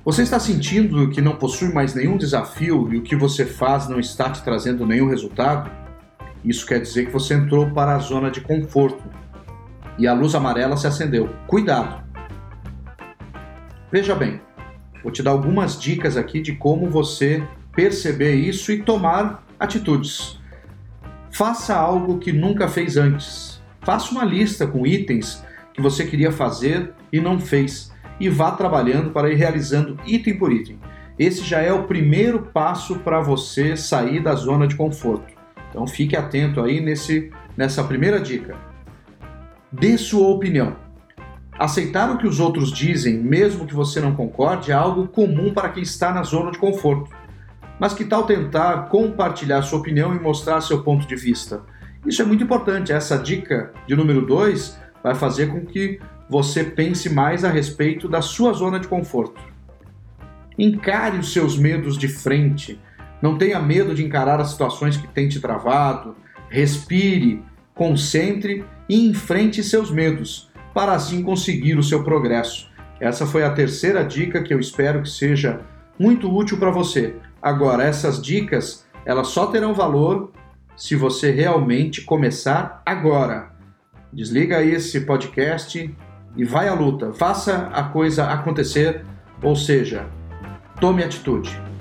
Você está sentindo que não possui mais nenhum desafio e o que você faz não está te trazendo nenhum resultado? Isso quer dizer que você entrou para a zona de conforto e a luz amarela se acendeu. Cuidado! Veja bem, vou te dar algumas dicas aqui de como você perceber isso e tomar atitudes. Faça algo que nunca fez antes. Faça uma lista com itens que você queria fazer e não fez. E vá trabalhando para ir realizando item por item. Esse já é o primeiro passo para você sair da zona de conforto. Então fique atento aí nessa primeira dica. Dê sua opinião. Aceitar o que os outros dizem, mesmo que você não concorde, é algo comum para quem está na zona de conforto. Mas que tal tentar compartilhar sua opinião e mostrar seu ponto de vista? Isso é muito importante. Essa dica de número 2 vai fazer com que você pense mais a respeito da sua zona de conforto. Encare os seus medos de frente. Não tenha medo de encarar as situações que têm te travado. Respire, concentre e enfrente seus medos, para assim conseguir o seu progresso. Essa foi a terceira dica que eu espero que seja muito útil para você. Agora, essas dicas, elas só terão valor se você realmente começar agora. Desliga aí esse podcast e vai à luta. Faça a coisa acontecer, ou seja, tome atitude.